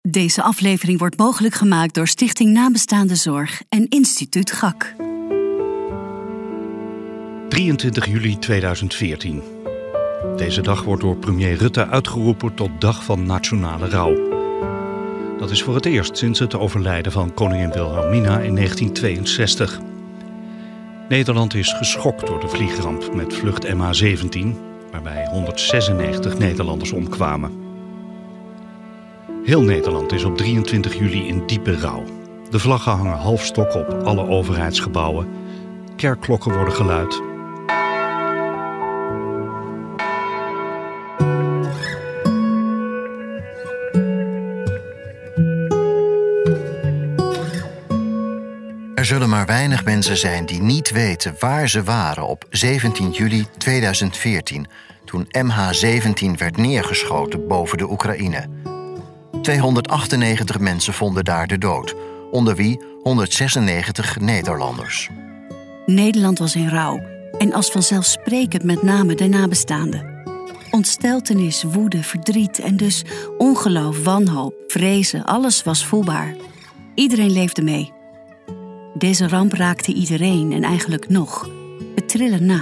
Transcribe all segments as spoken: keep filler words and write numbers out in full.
Deze aflevering wordt mogelijk gemaakt door Stichting Nabestaande Zorg en Instituut G A K. drieëntwintig juli tweeduizend veertien. Deze dag wordt door premier Rutte uitgeroepen tot Dag van Nationale Rouw. Dat is voor het eerst sinds het overlijden van koningin Wilhelmina in negentien tweeënzestig. Nederland is geschokt door de vliegramp met vlucht M H zeventien, waarbij honderdzesennegentig Nederlanders omkwamen. Heel Nederland is op drieëntwintig juli in diepe rouw. De vlaggen hangen halfstok op alle overheidsgebouwen. Kerkklokken worden geluid. Er zullen maar weinig mensen zijn die niet weten waar ze waren op zeventien juli tweeduizend veertien... toen M H zeventien werd neergeschoten boven de Oekraïne. tweehonderdachtennegentig mensen vonden daar de dood, onder wie honderdzesennegentig Nederlanders. Nederland was in rouw en als vanzelfsprekend met name de nabestaanden. Ontsteltenis, woede, verdriet en dus ongeloof, wanhoop, vrezen, alles was voelbaar. Iedereen leefde mee. Deze ramp raakte iedereen en eigenlijk nog. Het trillen na.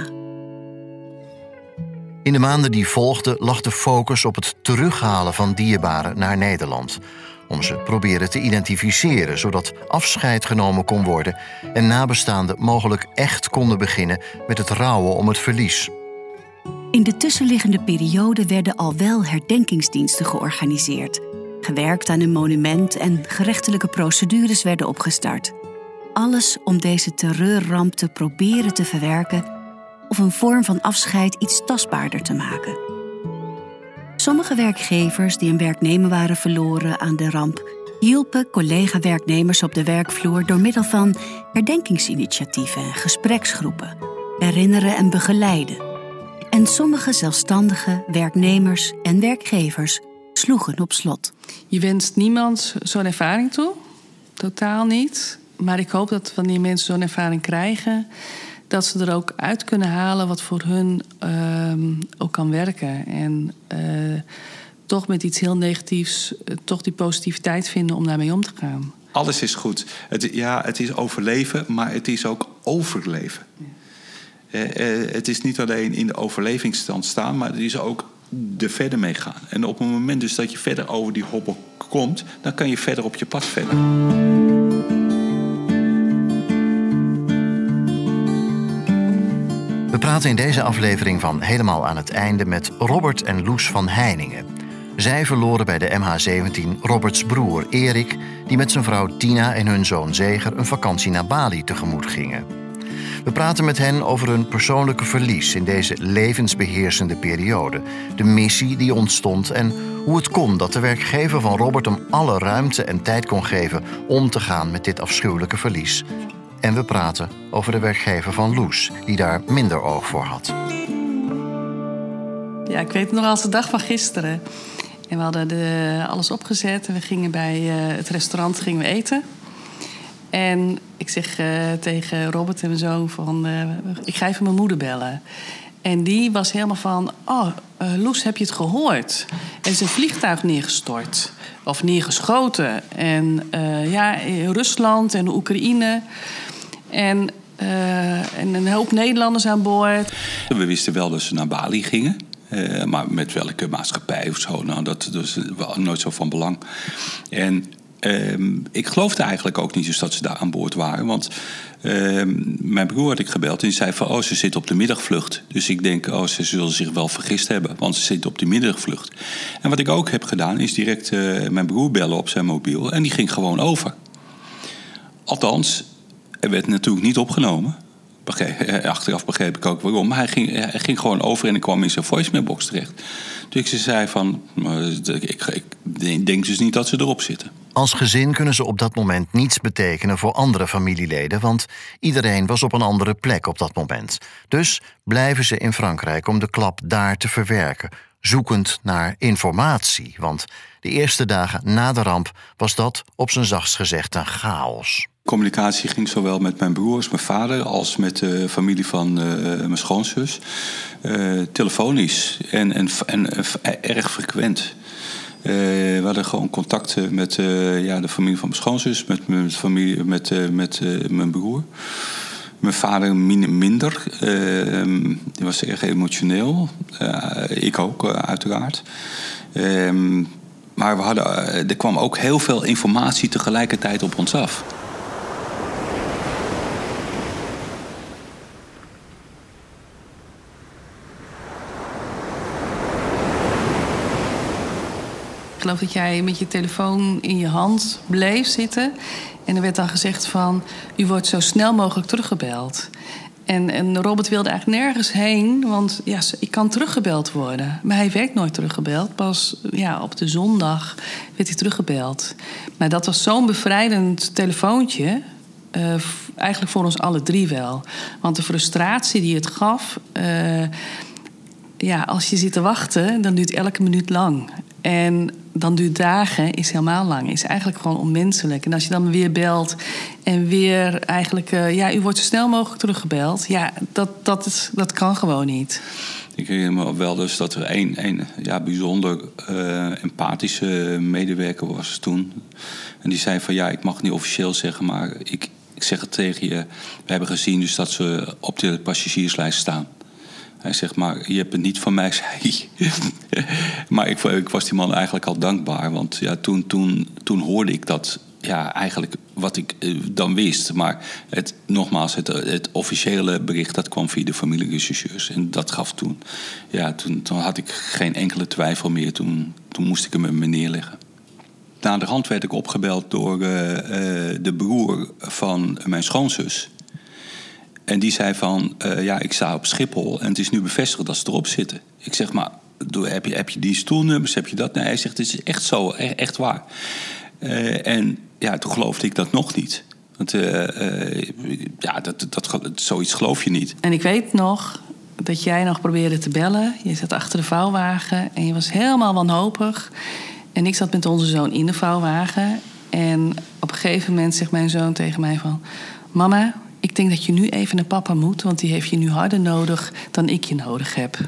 In de maanden die volgden lag de focus op het terughalen van dierbaren naar Nederland. Om ze proberen te identificeren, zodat afscheid genomen kon worden en nabestaanden mogelijk echt konden beginnen met het rouwen om het verlies. In de tussenliggende periode werden al wel herdenkingsdiensten georganiseerd. Gewerkt aan een monument en gerechtelijke procedures werden opgestart. Alles om deze terreurramp te proberen te verwerken of een vorm van afscheid iets tastbaarder te maken. Sommige werkgevers die een werknemer waren verloren aan de ramp hielpen collega-werknemers op de werkvloer door middel van herdenkingsinitiatieven en gespreksgroepen, herinneren en begeleiden. En sommige zelfstandige werknemers en werkgevers sloegen op slot. Je wenst niemand zo'n ervaring toe, totaal niet. Maar ik hoop dat wanneer mensen zo'n ervaring krijgen, dat ze er ook uit kunnen halen wat voor hun uh, ook kan werken. En uh, toch met iets heel negatiefs, uh, toch die positiviteit vinden om daarmee om te gaan. Alles is goed. Het, ja, het is overleven, maar het is ook overleven. Ja. Uh, uh, het is niet alleen in de overlevingsstand staan, maar het is ook er verder mee gaan. En op het moment dus dat je verder over die hobbel komt, dan kan je verder op je pad verder. We praten in deze aflevering van Helemaal aan het einde met Robert en Loes van Heiningen. Zij verloren bij de M H zeventien Roberts broer Erik, die met zijn vrouw Tina en hun zoon Zeger een vakantie naar Bali tegemoet gingen. We praten met hen over hun persoonlijke verlies in deze levensbeheersende periode, de missie die ontstond en hoe het kon dat de werkgever van Robert hem alle ruimte en tijd kon geven om te gaan met dit afschuwelijke verlies. En we praten over de werkgever van Loes, die daar minder oog voor had. Ja, ik weet het nog als de dag van gisteren. En we hadden de, alles opgezet en we gingen bij uh, het restaurant gingen we eten. En ik zeg uh, tegen Robert en mijn zoon van, uh, ik ga even mijn moeder bellen. En die was helemaal van, oh, uh, Loes, heb je het gehoord? Er is een vliegtuig neergestort. Of neergeschoten. En uh, ja, in Rusland en de Oekraïne. En, uh, en een hoop Nederlanders aan boord. We wisten wel dat ze naar Bali gingen. Uh, maar met welke maatschappij of zo, nou, dat was nooit zo van belang. En uh, ik geloofde eigenlijk ook niet eens dat ze daar aan boord waren. Want uh, mijn broer had ik gebeld en die zei van, oh, ze zitten op de middagvlucht. Dus ik denk, oh, ze zullen zich wel vergist hebben, want ze zitten op de middagvlucht. En wat ik ook heb gedaan, is direct uh, mijn broer bellen op zijn mobiel. En die ging gewoon over. Althans, er werd natuurlijk niet opgenomen. Achteraf begreep ik ook waarom. Maar hij ging, hij ging gewoon over en ik kwam in zijn voicemailbox terecht. Dus ik zei van, ik, ik denk dus niet dat ze erop zitten. Als gezin kunnen ze op dat moment niets betekenen voor andere familieleden, want iedereen was op een andere plek op dat moment. Dus blijven ze in Frankrijk om de klap daar te verwerken, zoekend naar informatie. Want de eerste dagen na de ramp was dat, op zijn zachtst gezegd, een chaos. Communicatie ging zowel met mijn broers, mijn vader, als met de familie van uh, mijn schoonzus. Uh, telefonisch en, en, en uh, erg frequent. we hadden gewoon contacten met uh, ja, de familie van mijn schoonzus, met, met, familie, met, uh, met uh, mijn broer. Mijn vader min, minder. Uh, die was erg emotioneel. Uh, ik ook, uh, uiteraard. Uh, maar we hadden, uh, er kwam ook heel veel informatie tegelijkertijd op ons af. Ik geloof dat jij met je telefoon in je hand bleef zitten. En er werd dan gezegd van, u wordt zo snel mogelijk teruggebeld. En, en Robert wilde eigenlijk nergens heen, want ja, ik kan teruggebeld worden. Maar hij werd nooit teruggebeld. Pas ja, op de zondag werd hij teruggebeld. Maar dat was zo'n bevrijdend telefoontje. Uh, eigenlijk voor ons alle drie wel. Want de frustratie die het gaf... Uh, ja, als je zit te wachten, dan duurt elke minuut lang. En dan duurt dagen, is helemaal lang. Is eigenlijk gewoon onmenselijk. En als je dan weer belt en weer eigenlijk... Uh, ja, u wordt zo snel mogelijk teruggebeld. Ja, dat, dat, is, dat kan gewoon niet. Ik herinner me wel dus dat er een, een ja, bijzonder uh, empathische medewerker was toen. En die zei van, ja, ik mag het niet officieel zeggen, maar ik, ik zeg het tegen je. We hebben gezien dus dat ze op de passagierslijst staan. Hij zegt, maar je hebt het niet van mij, zei hij. Maar ik, ik was die man eigenlijk al dankbaar. Want ja, toen, toen, toen hoorde ik dat, ja, eigenlijk wat ik uh, dan wist. Maar het, nogmaals, het, het officiële bericht, dat kwam via de familierechercheurs. En dat gaf toen, ja, toen, toen had ik geen enkele twijfel meer. Toen, toen moest ik hem met me neerleggen. Na de hand werd ik opgebeld door uh, uh, de broer van mijn schoonzus. En die zei van, uh, ja, ik sta op Schiphol en het is nu bevestigd dat ze erop zitten. Ik zeg, maar heb je, heb je die stoelnummers, heb je dat? Nee, hij zegt, het is echt zo, echt waar. Uh, en ja, toen geloofde ik dat nog niet. Want uh, uh, ja, dat, dat, dat, zoiets geloof je niet. En ik weet nog dat jij nog probeerde te bellen. Je zat achter de vouwwagen en je was helemaal wanhopig. En ik zat met onze zoon in de vouwwagen. En op een gegeven moment zegt mijn zoon tegen mij van... Mama, ik denk dat je nu even naar papa moet, want die heeft je nu harder nodig dan ik je nodig heb.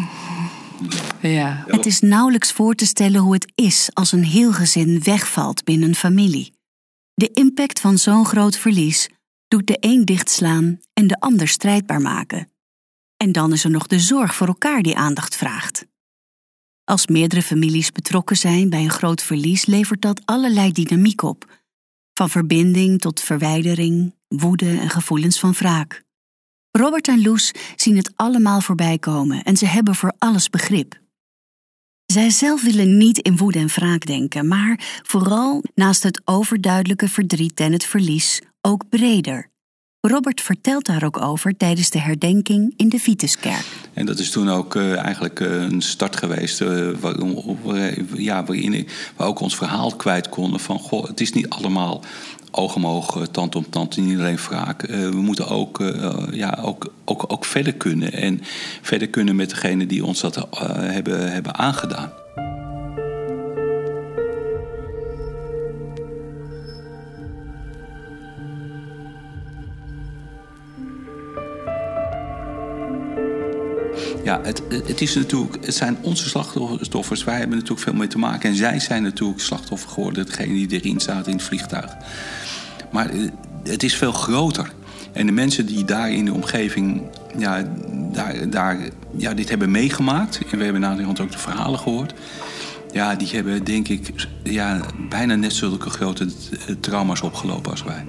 Ja. Het is nauwelijks voor te stellen hoe het is als een heel gezin wegvalt binnen een familie. De impact van zo'n groot verlies doet de een dichtslaan en de ander strijdbaar maken. En dan is er nog de zorg voor elkaar die aandacht vraagt. Als meerdere families betrokken zijn bij een groot verlies, levert dat allerlei dynamiek op. Van verbinding tot verwijdering, woede en gevoelens van wraak. Robert en Loes zien het allemaal voorbij komen en ze hebben voor alles begrip. Zij zelf willen niet in woede en wraak denken, maar vooral naast het overduidelijke verdriet en het verlies ook breder. Robert vertelt daar ook over tijdens de herdenking in de Vituskerk. En dat is toen ook uh, eigenlijk uh, een start geweest uh, waar, waar, ja, waarin we ook ons verhaal kwijt konden van, goh, het is niet allemaal oog om oog, tand om tand, niet alleen wraak. Uh, we moeten ook, uh, ja, ook, ook, ook verder kunnen. En verder kunnen met degene die ons dat uh, hebben, hebben aangedaan. Ja, het, het, is natuurlijk, het zijn onze slachtoffers. Wij hebben natuurlijk veel mee te maken. En zij zijn natuurlijk slachtoffer geworden. Degene die erin zaten in het vliegtuig. Maar het is veel groter. En de mensen die daar in de omgeving ja, daar, daar, ja, dit hebben meegemaakt. En we hebben na de hand ook de verhalen gehoord. Ja, die hebben denk ik ja, bijna net zulke grote trauma's opgelopen als wij.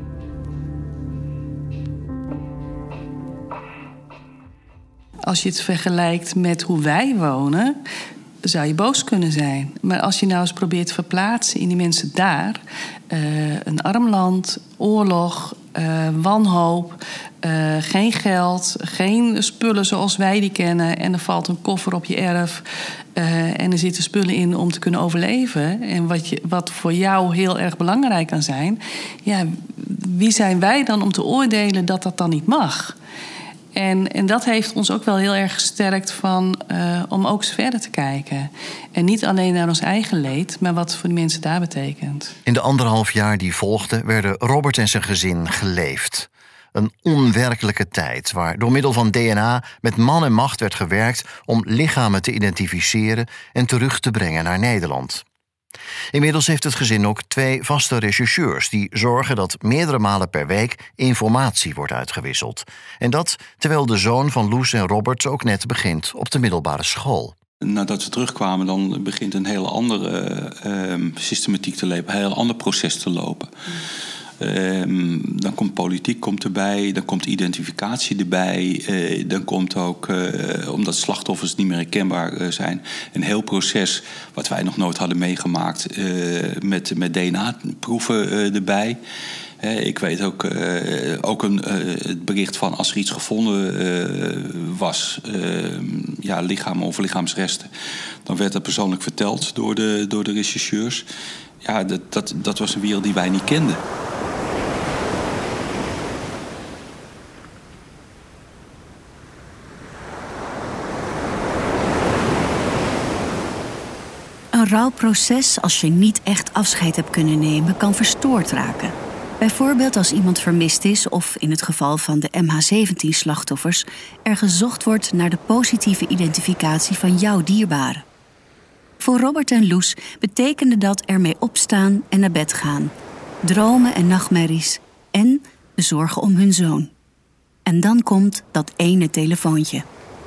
Als je het vergelijkt met hoe wij wonen, zou je boos kunnen zijn. Maar als je nou eens probeert te verplaatsen in die mensen daar, Uh, een arm land, oorlog, uh, wanhoop, uh, geen geld, geen spullen zoals wij die kennen. En er valt een koffer op je erf uh, en er zitten spullen in om te kunnen overleven. En wat, je, wat voor jou heel erg belangrijk kan zijn. Ja, wie zijn wij dan om te oordelen dat dat dan niet mag? En, en dat heeft ons ook wel heel erg gesterkt van, uh, om ook eens verder te kijken. En niet alleen naar ons eigen leed, maar wat het voor de mensen daar betekent. In de anderhalf jaar die volgden werden Robert en zijn gezin geleefd. Een onwerkelijke tijd waar door middel van D N A met man en macht werd gewerkt om lichamen te identificeren en terug te brengen naar Nederland. Inmiddels heeft het gezin ook twee vaste rechercheurs die zorgen dat meerdere malen per week informatie wordt uitgewisseld. En dat terwijl de zoon van Loes en Robert ook net begint op de middelbare school. Nadat ze terugkwamen, dan begint een hele andere uh, systematiek te lopen, een heel ander proces te lopen. Um, dan komt politiek komt erbij, dan komt identificatie erbij. Uh, dan komt ook, uh, omdat slachtoffers niet meer herkenbaar uh, zijn, een heel proces wat wij nog nooit hadden meegemaakt uh, met, met D N A-proeven uh, erbij. Uh, ik weet ook, uh, ook een, uh, het bericht van als er iets gevonden uh, was, uh, ja, lichamen of lichaamsresten, dan werd dat persoonlijk verteld door de, door de rechercheurs. Ja, dat, dat, dat was een wereld die wij niet kenden. Een rouwproces, als je niet echt afscheid hebt kunnen nemen, kan verstoord raken. Bijvoorbeeld als iemand vermist is of, in het geval van de M H zeventien slachtoffers, er gezocht wordt naar de positieve identificatie van jouw dierbare. Voor Robert en Loes betekende dat ermee opstaan en naar bed gaan. Dromen en nachtmerries en de zorgen om hun zoon. En dan komt dat ene telefoontje.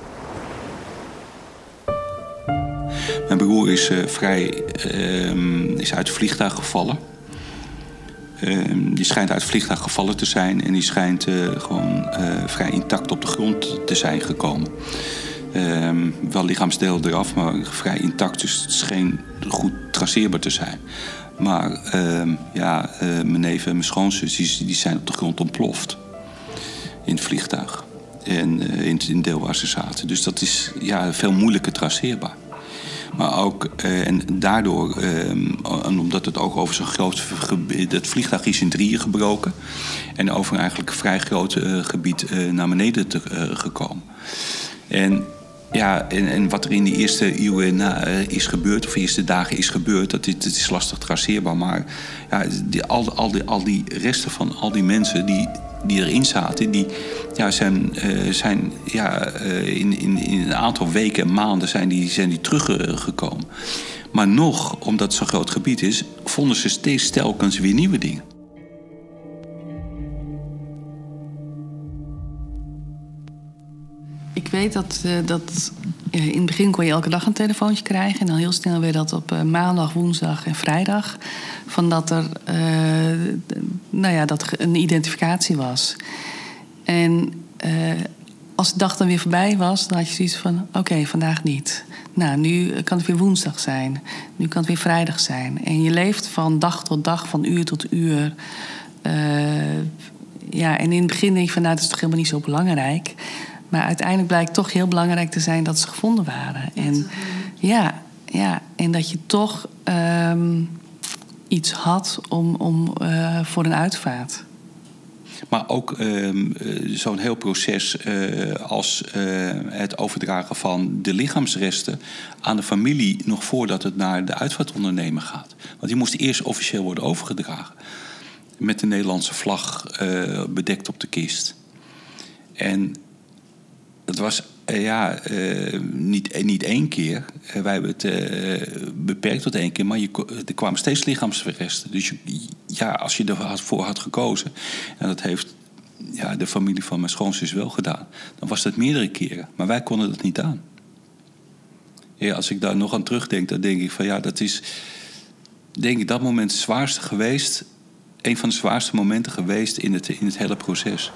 Mijn broer is uh, vrij uh, is uit het vliegtuig gevallen. Uh, die schijnt uit het vliegtuig gevallen te zijn en die schijnt uh, gewoon uh, vrij intact op de grond te zijn gekomen. Uh, wel lichaamsdeel eraf, maar vrij intact, dus het scheen goed traceerbaar te zijn. Maar uh, ja, uh, mijn neef en mijn schoonzus die, die zijn op de grond ontploft in het vliegtuig en uh, in, in deel waar ze zaten. Dus dat is ja, veel moeilijker traceerbaar. Maar ook, uh, en daardoor, uh, en omdat het ook over zo'n groot gebied, het vliegtuig is in drieën gebroken en over een eigenlijk vrij groot uh, gebied uh, naar beneden te, uh, gekomen. En ja, en, en wat er in de eerste uren na, uh, is gebeurd, of de eerste dagen is gebeurd, dat is, dat is lastig traceerbaar. Maar ja, die, al, al, die, al die resten van al die mensen die, die erin zaten, die ja, zijn, uh, zijn ja, uh, in, in, in een aantal weken en maanden zijn die, zijn die teruggekomen. Maar nog, omdat het zo'n groot gebied is, vonden ze steeds telkens weer nieuwe dingen. Ik weet dat, uh, dat uh, in het begin kon je elke dag een telefoontje krijgen. En dan heel snel weer dat op uh, maandag, woensdag en vrijdag. Van dat er uh, nou ja, dat een identificatie was. En uh, als de dag dan weer voorbij was, dan had je zoiets van oké, okay, vandaag niet. Nou, nu kan het weer woensdag zijn. Nu kan het weer vrijdag zijn. En je leeft van dag tot dag, van uur tot uur. Uh, ja, en in het begin denk je van nou, dat is toch helemaal niet zo belangrijk. Maar uiteindelijk blijkt toch heel belangrijk te zijn dat ze gevonden waren. En, ja, ja, en dat je toch um, iets had om, om, uh, voor een uitvaart. Maar ook um, zo'n heel proces uh, als uh, het overdragen van de lichaamsresten aan de familie nog voordat het naar de uitvaartondernemer gaat. Want die moest eerst officieel worden overgedragen. Met de Nederlandse vlag uh, bedekt op de kist. En dat was uh, ja, uh, niet, niet één keer. Uh, wij hebben het uh, beperkt tot één keer. Maar je, er kwamen steeds lichaamsresten. Dus je, ja, als je ervoor had gekozen, en dat heeft ja, de familie van mijn schoonzus wel gedaan, dan was dat meerdere keren. Maar wij konden dat niet aan. Ja, als ik daar nog aan terugdenk, dan denk ik van ja, dat is denk ik dat moment het zwaarste geweest. Een van de zwaarste momenten geweest in het, in het hele proces.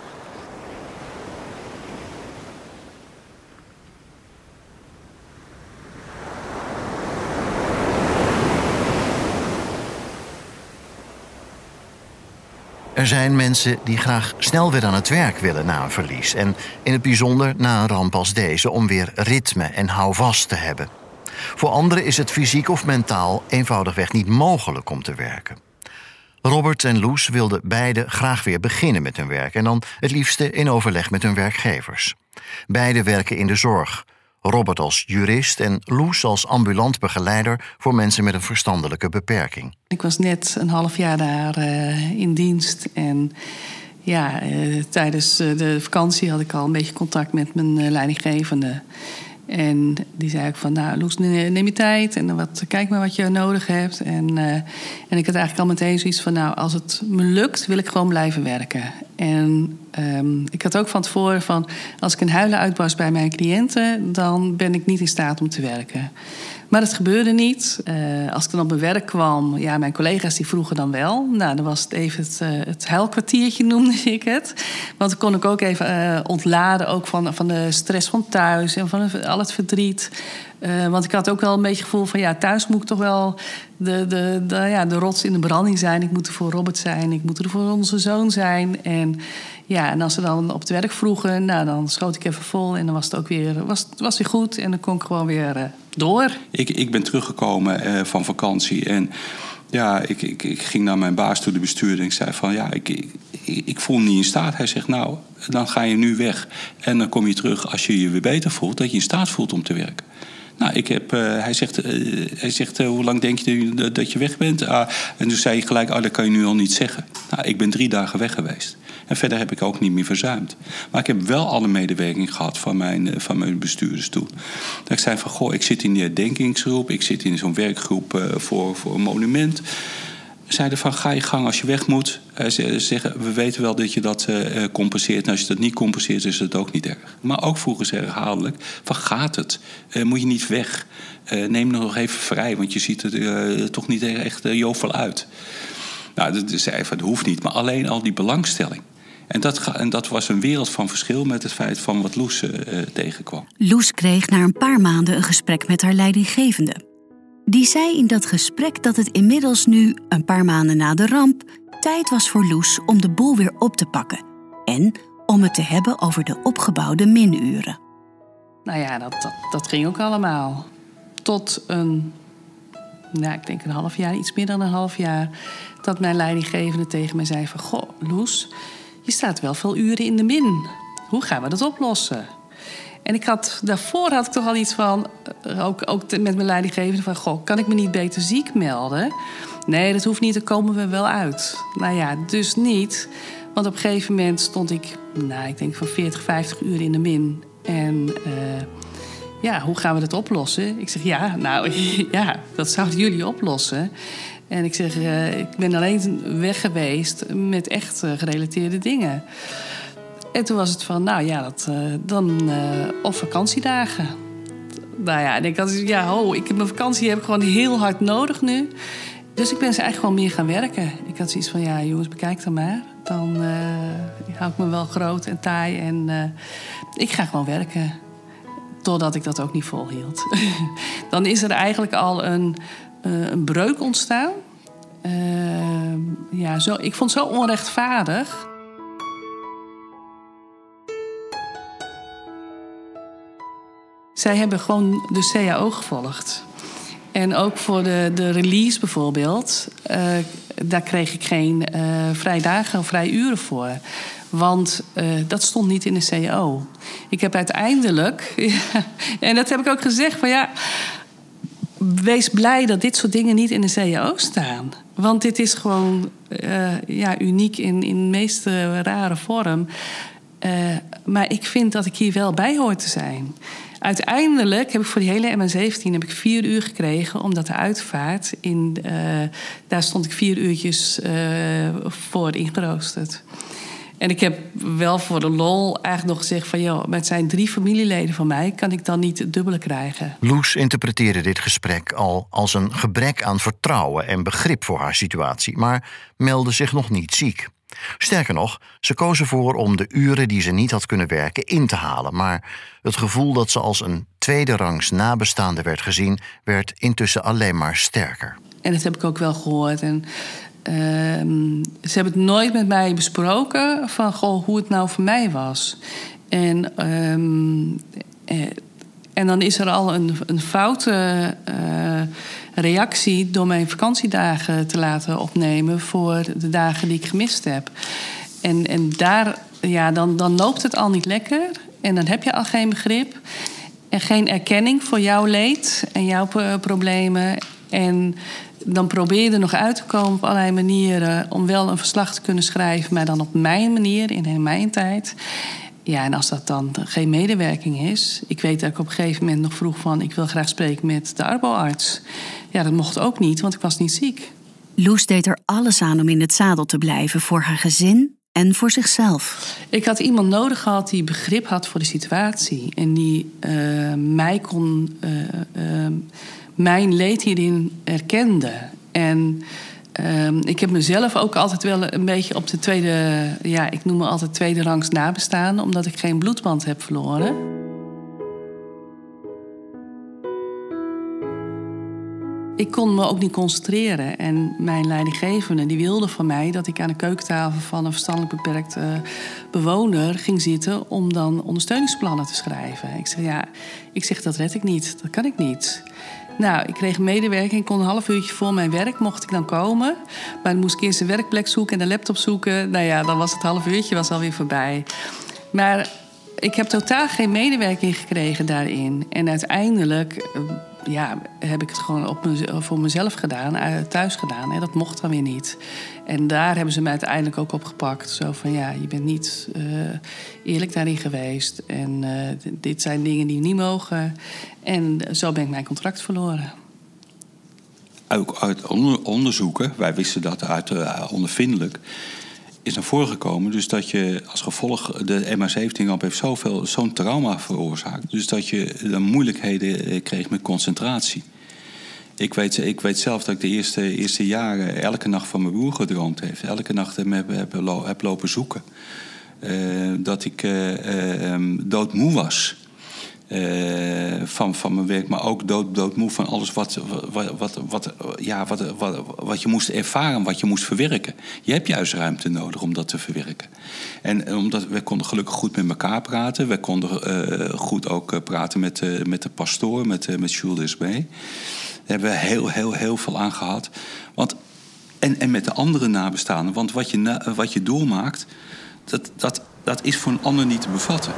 Er zijn mensen die graag snel weer aan het werk willen na een verlies. En in het bijzonder na een ramp als deze om weer ritme en houvast te hebben. Voor anderen is het fysiek of mentaal eenvoudigweg niet mogelijk om te werken. Robert en Loes wilden beide graag weer beginnen met hun werk. En dan het liefste in overleg met hun werkgevers. Beide werken in de zorg. Robert als jurist en Loes als ambulant begeleider voor mensen met een verstandelijke beperking. Ik was net een half jaar daar uh, in dienst. En ja, uh, tijdens uh, de vakantie had ik al een beetje contact met mijn uh, leidinggevende. En die zei ook van, nou, Loes, neem je tijd en wat, kijk maar wat je nodig hebt. En, uh, en ik had eigenlijk al meteen zoiets van, nou, als het me lukt, wil ik gewoon blijven werken. En um, ik had ook van tevoren van, als ik een huilen uitbarst bij mijn cliënten, dan ben ik niet in staat om te werken. Maar dat gebeurde niet. Uh, als ik dan op mijn werk kwam, ja, mijn collega's die vroegen dan wel. Nou, dan was het even het, uh, het huilkwartiertje, noemde ik het. Want dan kon ik ook even uh, ontladen ook van, van de stress van thuis en van al het verdriet. Uh, want ik had ook wel een beetje het gevoel van, ja, thuis moet ik toch wel de, de, de, ja, de rots in de branding zijn. Ik moet er voor Robert zijn, ik moet er voor onze zoon zijn. En ja, en als ze dan op het werk vroegen, nou, dan schoot ik even vol en dan was het ook weer, was, was weer goed. En dan kon ik gewoon weer uh, door. Ik, ik ben teruggekomen uh, van vakantie en ja, ik, ik, ik ging naar mijn baas toe, de bestuurder, en ik zei van, ja, ik, ik, ik voel me niet in staat. Hij zegt, nou, dan ga je nu weg en dan kom je terug als je je weer beter voelt, dat je in staat voelt om te werken. Nou, ik heb, uh, hij zegt, uh, hij zegt uh, hoe lang denk je dat je weg bent? Uh, en toen zei hij gelijk, oh, dat kan je nu al niet zeggen. Nou, ik ben drie dagen weg geweest. En verder heb ik ook niet meer verzuimd. Maar ik heb wel alle medewerking gehad van mijn, uh, van mijn bestuurders toen. Dat ik zei van, goh, ik zit in die herdenkingsgroep. Ik zit in zo'n werkgroep uh, voor, voor een monument. Zeiden van, ga je gang als je weg moet. Uh, ze zeggen, we weten wel dat je dat uh, compenseert. En als je dat niet compenseert, is het ook niet erg. Maar ook vroegen ze herhaaldelijk, van gaat het? Uh, moet je niet weg? Uh, neem nog even vrij, want je ziet er uh, toch niet echt uh, jovel uit. Nou, dat zei van, dat hoeft niet. Maar alleen al die belangstelling. En dat, en dat was een wereld van verschil met het feit van wat Loes uh, tegenkwam. Loes kreeg na een paar maanden een gesprek met haar leidinggevende. Die zei in dat gesprek dat het inmiddels nu, een paar maanden na de ramp, tijd was voor Loes om de boel weer op te pakken. En om het te hebben over de opgebouwde minuren. Nou ja, dat, dat, dat ging ook allemaal. Tot een, nou, ik denk een half jaar, iets meer dan een half jaar, dat mijn leidinggevende tegen mij zei van, goh, Loes, je staat wel veel uren in de min. Hoe gaan we dat oplossen? En ik had, daarvoor had ik toch al iets van, ook, ook met mijn leidinggevende, van, goh, kan ik me niet beter ziek melden? Nee, dat hoeft niet, daar komen we wel uit. Nou ja, dus niet. Want op een gegeven moment stond ik, nou, ik denk van veertig, vijftig uur in de min. En uh, ja, hoe gaan we dat oplossen? Ik zeg, ja, nou, ja, dat zouden jullie oplossen. En ik zeg, uh, ik ben alleen weg geweest met echt uh, gerelateerde dingen. En toen was het van, nou ja, dat, uh, dan uh, of vakantiedagen. Nou ja, en ik had ja, ho, ik heb mijn vakantie heb ik gewoon heel hard nodig nu. Dus ik ben ze eigenlijk gewoon meer gaan werken. Ik had zoiets van, ja jongens, bekijk dan maar. Dan uh, hou ik me wel groot en taai en uh, ik ga gewoon werken. Totdat ik dat ook niet volhield. Dan is er eigenlijk al een, uh, een breuk ontstaan. Uh, ja, zo, ik vond het zo onrechtvaardig. Zij hebben gewoon de C A O gevolgd. En ook voor de, de release bijvoorbeeld, uh, daar kreeg ik geen uh, vrijdagen of vrijuren voor. Want uh, dat stond niet in de C A O. Ik heb uiteindelijk, ja, en dat heb ik ook gezegd, van ja, wees blij dat dit soort dingen niet in de C A O staan. Want dit is gewoon uh, ja, uniek in, in de meest uh, rare vorm. Uh, maar ik vind dat ik hier wel bij hoor te zijn. Uiteindelijk heb ik voor die hele M N zeventien heb ik vier uur gekregen, omdat de uitvaart, in, uh, daar stond ik vier uurtjes uh, voor ingeroosterd. En ik heb wel voor de lol eigenlijk nog gezegd van, joh, maar het zijn drie familieleden van mij, kan ik dan niet het dubbele krijgen? Loes interpreteerde dit gesprek al als een gebrek aan vertrouwen en begrip voor haar situatie, maar meldde zich nog niet ziek. Sterker nog, ze koos ervoor om de uren die ze niet had kunnen werken in te halen. Maar het gevoel dat ze als een tweederangs nabestaande werd gezien, werd intussen alleen maar sterker. En dat heb ik ook wel gehoord. En uh, ze hebben het nooit met mij besproken van goh, hoe het nou voor mij was. En, um, eh, en dan is er al een, een foute uh, reactie door mijn vakantiedagen te laten opnemen voor de dagen die ik gemist heb. En, en daar, ja, dan, dan loopt het al niet lekker. En dan heb je al geen begrip. En geen erkenning voor jouw leed en jouw problemen. En dan probeer je er nog uit te komen op allerlei manieren om wel een verslag te kunnen schrijven, maar dan op mijn manier, in mijn tijd. Ja, en als dat dan geen medewerking is... Ik weet dat ik op een gegeven moment nog vroeg van... ik wil graag spreken met de arboarts. Ja, dat mocht ook niet, want ik was niet ziek. Loes deed er alles aan om in het zadel te blijven voor haar gezin en voor zichzelf. Ik had iemand nodig gehad die begrip had voor de situatie. En die uh, mij kon... Uh, uh, mijn leed hierin erkende. En... Um, ik heb mezelf ook altijd wel een beetje op de tweede... ja, ik noem me altijd tweede rangs nabestaan... omdat ik geen bloedband heb verloren. Ik kon me ook niet concentreren. En mijn leidinggevende die wilde van mij... dat ik aan de keukentafel van een verstandelijk beperkte bewoner ging zitten... om dan ondersteuningsplannen te schrijven. Ik zeg, ja, ik zeg, dat red ik niet. Dat kan ik niet. Nou, ik kreeg medewerking. Ik kon een half uurtje voor mijn werk, mocht ik dan komen. Maar dan moest ik eerst een werkplek zoeken en de laptop zoeken. Nou ja, dan was het half uurtje was alweer voorbij. Maar ik heb totaal geen medewerking gekregen daarin. En uiteindelijk ja, heb ik het gewoon op me, voor mezelf gedaan, thuis gedaan. En dat mocht dan weer niet. En daar hebben ze me uiteindelijk ook op gepakt. Zo van, ja, je bent niet uh, eerlijk daarin geweest. En uh, dit zijn dingen die niet mogen. En zo ben ik mijn contract verloren. Ook uit onderzoeken, wij wisten dat uit uh, ondervindelijk... is naar voren gekomen dus dat je als gevolg... de M H zeventien-ramp heeft zoveel, zo'n trauma veroorzaakt... dus dat je dan moeilijkheden kreeg met concentratie. Ik weet, ik weet zelf dat ik de eerste, eerste jaren elke nacht van mijn broer gedroomd heb. Elke nacht hem heb, heb, heb lopen zoeken. Uh, dat ik uh, um, doodmoe was uh, van, van mijn werk. Maar ook dood, doodmoe van alles wat, wat, wat, wat, ja, wat, wat, wat je moest ervaren, wat je moest verwerken. Je hebt juist ruimte nodig om dat te verwerken. En omdat we konden gelukkig goed met elkaar praten. We konden uh, goed ook uh, praten met, uh, met de pastoor, met, uh, met Jules Desmee. Daar hebben we heel, heel, heel veel aan gehad. Want, en, en met de andere nabestaanden. Want wat je, na, wat je doormaakt, dat, dat, dat is voor een ander niet te bevatten.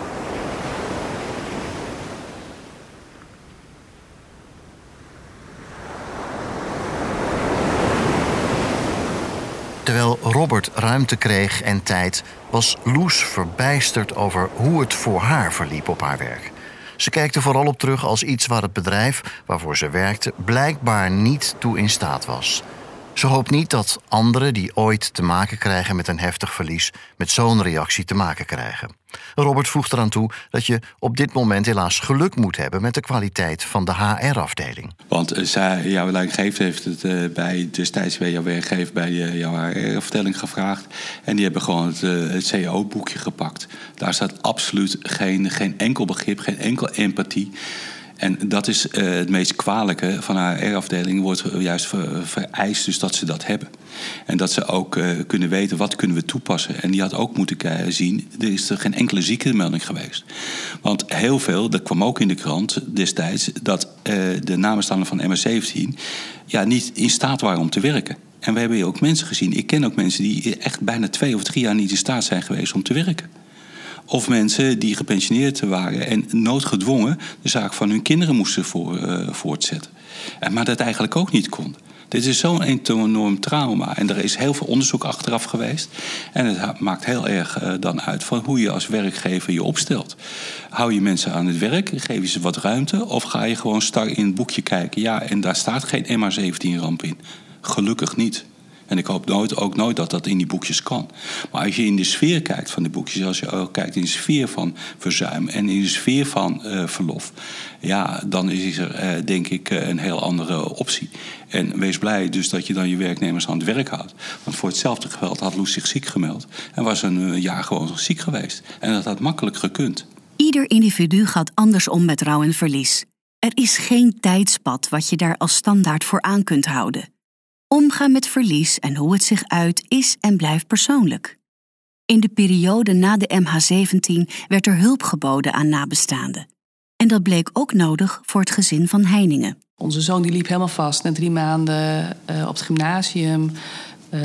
Terwijl Robert ruimte kreeg en tijd, was Loes verbijsterd over hoe het voor haar verliep op haar werk. Ze kijkt er vooral op terug als iets waar het bedrijf waarvoor ze werkte blijkbaar niet toe in staat was. Ze hoopt niet dat anderen die ooit te maken krijgen met een heftig verlies met zo'n reactie te maken krijgen. Robert voegt eraan toe dat je op dit moment helaas geluk moet hebben met de kwaliteit van de H R-afdeling. Want uh, zij, jouw leidinggevende heeft het uh, bij destijds bij jouw werkgever bij uh, jouw H R-afdeling gevraagd. En die hebben gewoon het, uh, het C E O-boekje gepakt. Daar staat absoluut geen, geen enkel begrip, geen enkel empathie. En dat is uh, het meest kwalijke van haar H R-afdeling. Wordt juist ver, vereist dus dat ze dat hebben. En dat ze ook uh, kunnen weten wat kunnen we toepassen. En die had ook moeten uh, zien, er is er geen enkele ziektemelding geweest. Want heel veel, dat kwam ook in de krant destijds, dat uh, de namenstaanden van M H zeventien ja, niet in staat waren om te werken. En we hebben hier ook mensen gezien. Ik ken ook mensen die echt bijna twee of drie jaar niet in staat zijn geweest om te werken. Of mensen die gepensioneerd waren en noodgedwongen de zaak van hun kinderen moesten voor, uh, voortzetten. En, maar dat eigenlijk ook niet kon. Dit is zo'n enorm trauma. En er is heel veel onderzoek achteraf geweest. En het maakt heel erg uh, dan uit van hoe je als werkgever je opstelt. Hou je mensen aan het werk, geef je ze wat ruimte, of ga je gewoon star in het boekje kijken? Ja, en daar staat geen M H zeventien-ramp in. Gelukkig niet. En ik hoop nooit, ook nooit dat dat in die boekjes kan. Maar als je in de sfeer kijkt van die boekjes, als je ook kijkt in de sfeer van verzuim en in de sfeer van uh, verlof, ja, dan is er uh, denk ik uh, een heel andere optie. En wees blij dus dat je dan je werknemers aan het werk houdt. Want voor hetzelfde geld had Loes zich ziek gemeld en was een uh, jaar gewoon ziek geweest. En dat had makkelijk gekund. Ieder individu gaat anders om met rouw en verlies. Er is geen tijdspad wat je daar als standaard voor aan kunt houden. Omgaan met verlies en hoe het zich uit is en blijft persoonlijk. In de periode na de M H zeventien werd er hulp geboden aan nabestaanden. En dat bleek ook nodig voor het gezin van Heiningen. Onze zoon die liep helemaal vast na drie maanden uh, op het gymnasium. Uh,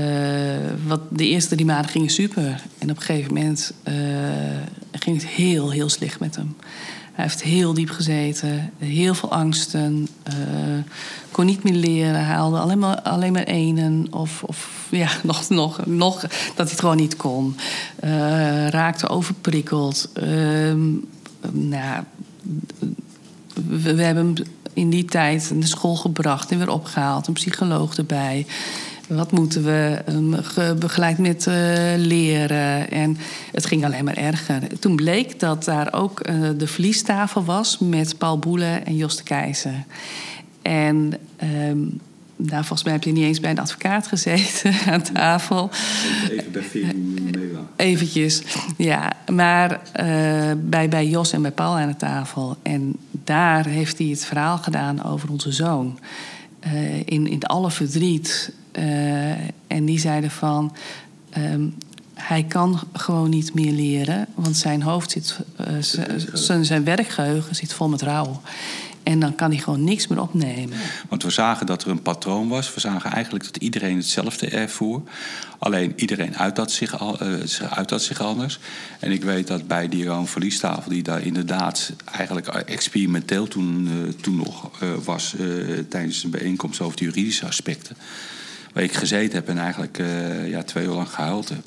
wat de eerste drie maanden gingen super. En op een gegeven moment uh, ging het heel, heel slecht met hem. Hij heeft heel diep gezeten, heel veel angsten. Uh, kon niet meer leren, hij haalde alleen maar, alleen maar enen. Of, of ja, nog, nog, nog dat hij het gewoon niet kon. Uh, raakte overprikkeld. Uh, nou, we, we hebben hem in die tijd naar school gebracht en weer opgehaald. Een psycholoog erbij. Wat moeten we? Um, begeleid met uh, leren. En het ging alleen maar erger. Toen bleek dat daar ook uh, de verliestafel was met Paul Boele en Jos de Keizer. En um, nou, volgens mij heb je niet eens bij een advocaat gezeten aan tafel. Even bij Veertien Meewa. Eventjes, ja. Maar uh, bij, bij Jos en bij Paul aan de tafel. En daar heeft hij het verhaal gedaan over onze zoon. Uh, in, in alle verdriet. Uh, en die zeiden van... Um, hij kan gewoon niet meer leren. Want zijn hoofd zit... Uh, zijn werkgeheugen zit vol met rouw. En dan kan hij gewoon niks meer opnemen. Want we zagen dat er een patroon was. We zagen eigenlijk dat iedereen hetzelfde ervoer. Alleen iedereen uit dat zich, uh, uit dat zich anders. En ik weet dat bij die Roon Verliestafel... die daar inderdaad eigenlijk experimenteel toen, uh, toen nog uh, was... Uh, tijdens een bijeenkomst over de juridische aspecten... waar ik gezeten heb en eigenlijk uh, ja, twee uur lang gehuild heb.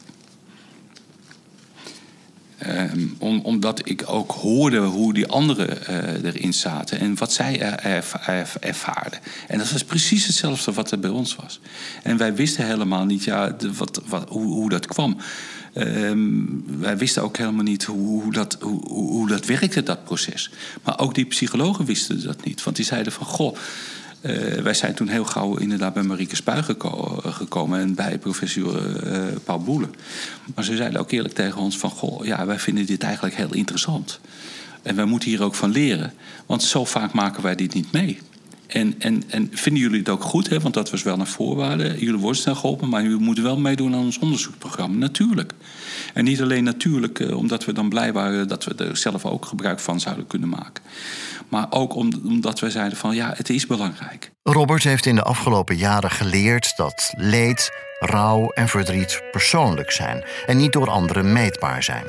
Um, om, omdat ik ook hoorde hoe die anderen uh, erin zaten... en wat zij er, er, er, ervaarden. En dat was precies hetzelfde wat er bij ons was. En wij wisten helemaal niet ja, de, wat, wat, hoe, hoe dat kwam. Um, wij wisten ook helemaal niet hoe, hoe, dat, hoe, hoe dat werkte, dat proces. Maar ook die psychologen wisten dat niet. Want die zeiden van, goh... Uh, wij zijn toen heel gauw inderdaad bij Marieke Spuig geko- gekomen... en bij professor uh, Paul Boele. Maar ze zeiden ook eerlijk tegen ons van... goh, ja, wij vinden dit eigenlijk heel interessant. En wij moeten hier ook van leren. Want zo vaak maken wij dit niet mee. En, en, en vinden jullie het ook goed? Hè? Want dat was wel een voorwaarde. Jullie worden snel geholpen, maar jullie moeten wel meedoen aan ons onderzoeksprogramma. Natuurlijk. En niet alleen natuurlijk, uh, omdat we dan blij waren... dat we er zelf ook gebruik van zouden kunnen maken. Maar ook omdat we zeiden van ja, het is belangrijk. Robert heeft in de afgelopen jaren geleerd dat leed, rouw en verdriet persoonlijk zijn... en niet door anderen meetbaar zijn.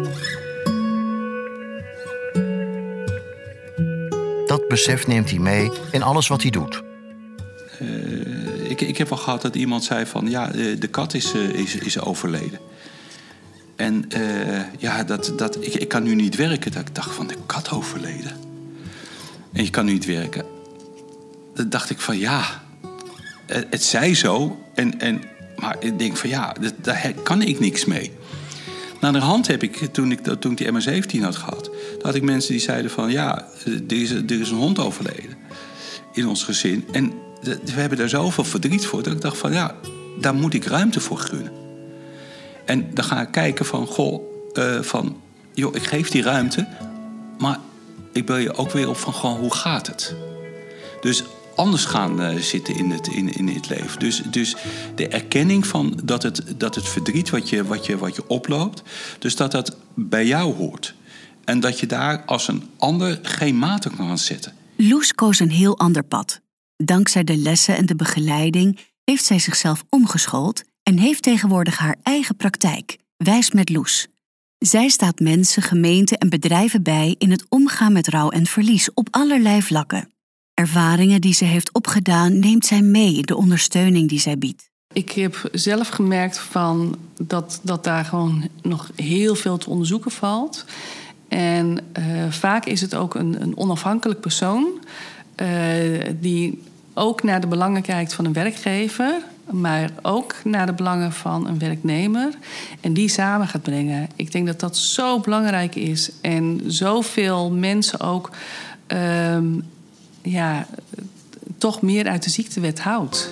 Dat besef neemt hij mee in alles wat hij doet. Uh, ik, ik heb al gehad dat iemand zei van ja, de kat is, uh, is, is overleden. En uh, ja, dat, dat, ik, ik kan nu niet werken. Dat ik dacht van de kat overleden. En je kan nu niet werken. Dan dacht ik van ja, het, het zij zo. En, en, maar ik denk van ja, dat, daar kan ik niks mee. Na de hand heb ik, toen ik, toen ik die M R zeventien had gehad... had ik mensen die zeiden van ja, er is, er is een hond overleden in ons gezin. En de, we hebben daar zoveel verdriet voor dat ik dacht van ja, daar moet ik ruimte voor gunnen. En dan ga ik kijken van goh, uh, van joh, ik geef die ruimte, maar ik wil je ook weer op van gewoon hoe gaat het? Dus anders gaan uh, zitten in het, in, in het leven. Dus, dus de erkenning van dat het, dat het verdriet wat je, wat, je, wat je oploopt... dus dat dat bij jou hoort. En dat je daar als een ander geen maat op kan zetten. Loes koos een heel ander pad. Dankzij de lessen en de begeleiding heeft zij zichzelf omgeschoold... en heeft tegenwoordig haar eigen praktijk, Wijs met Loes. Zij staat mensen, gemeenten en bedrijven bij... in het omgaan met rouw en verlies op allerlei vlakken. Ervaringen die ze heeft opgedaan neemt zij mee in de ondersteuning die zij biedt. Ik heb zelf gemerkt van dat, dat daar gewoon nog heel veel te onderzoeken valt. En uh, vaak is het ook een, een onafhankelijk persoon... Uh, die ook naar de belangen kijkt van een werkgever... maar ook naar de belangen van een werknemer... en die samen gaat brengen. Ik denk dat dat zo belangrijk is. En zoveel mensen ook... Uh, ja, toch meer uit de ziektewet houdt.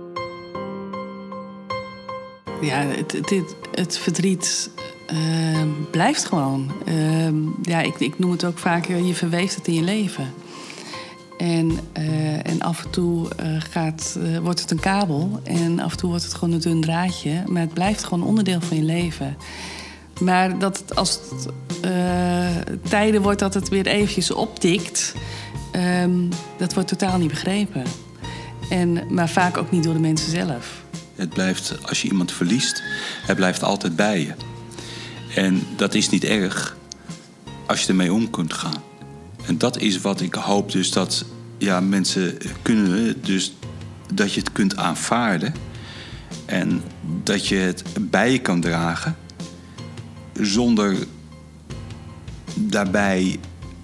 Ja, het, het, het verdriet uh, blijft gewoon. Uh, ja, ik, ik noem het ook vaak, je verweeft het in je leven. En, uh, en af en toe uh, gaat, uh, wordt het een kabel en af en toe wordt het gewoon een dun draadje. Maar het blijft gewoon onderdeel van je leven. Maar dat het, als het uh, tijden wordt dat het weer eventjes optikt... Um, dat wordt totaal niet begrepen. En, maar vaak ook niet door de mensen zelf. Het blijft, als je iemand verliest, het blijft altijd bij je. En dat is niet erg als je ermee om kunt gaan. En dat is wat ik hoop dus dat ja, mensen kunnen, dus dat je het kunt aanvaarden en dat je het bij je kan dragen zonder daarbij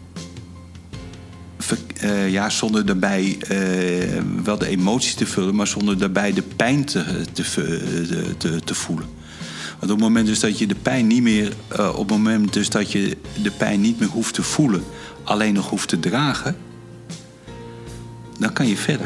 uh, ja, zonder daarbij uh, wel de emotie te vullen, maar zonder daarbij de pijn te, te, te, te voelen. Want op het moment dus dat je de pijn niet meer, uh, op het moment dus dat je de pijn niet meer hoeft te voelen, alleen nog hoeft te dragen, dan kan je verder.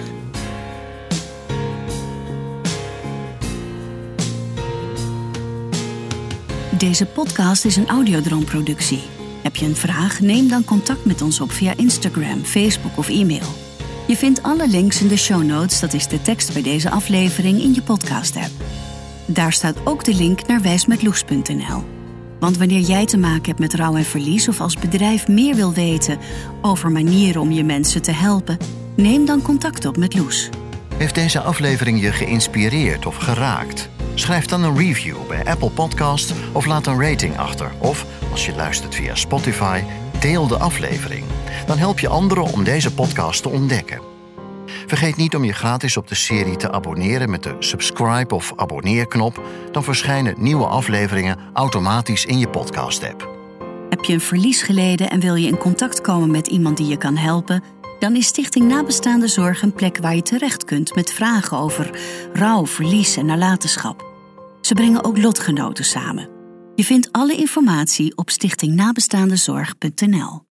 Deze podcast is een Audiodroomproductie. Heb je een vraag? Neem dan contact met ons op via Instagram, Facebook of e-mail. Je vindt alle links in de show notes, dat is de tekst bij deze aflevering, in je podcast-app. Daar staat ook de link naar wijsmetloes punt n l. Want wanneer jij te maken hebt met rouw en verlies of als bedrijf meer wil weten over manieren om je mensen te helpen, neem dan contact op met Loes. Heeft deze aflevering je geïnspireerd of geraakt? Schrijf dan een review bij Apple Podcasts of laat een rating achter. Of, als je luistert via Spotify, deel de aflevering. Dan help je anderen om deze podcast te ontdekken. Vergeet niet om je gratis op de serie te abonneren met de subscribe of abonneerknop. Dan verschijnen nieuwe afleveringen automatisch in je podcast-app. Heb je een verlies geleden en wil je in contact komen met iemand die je kan helpen? Dan is Stichting Nabestaande Zorg een plek waar je terecht kunt met vragen over rouw, verlies en nalatenschap. Ze brengen ook lotgenoten samen. Je vindt alle informatie op stichting nabestaandezorg punt n l.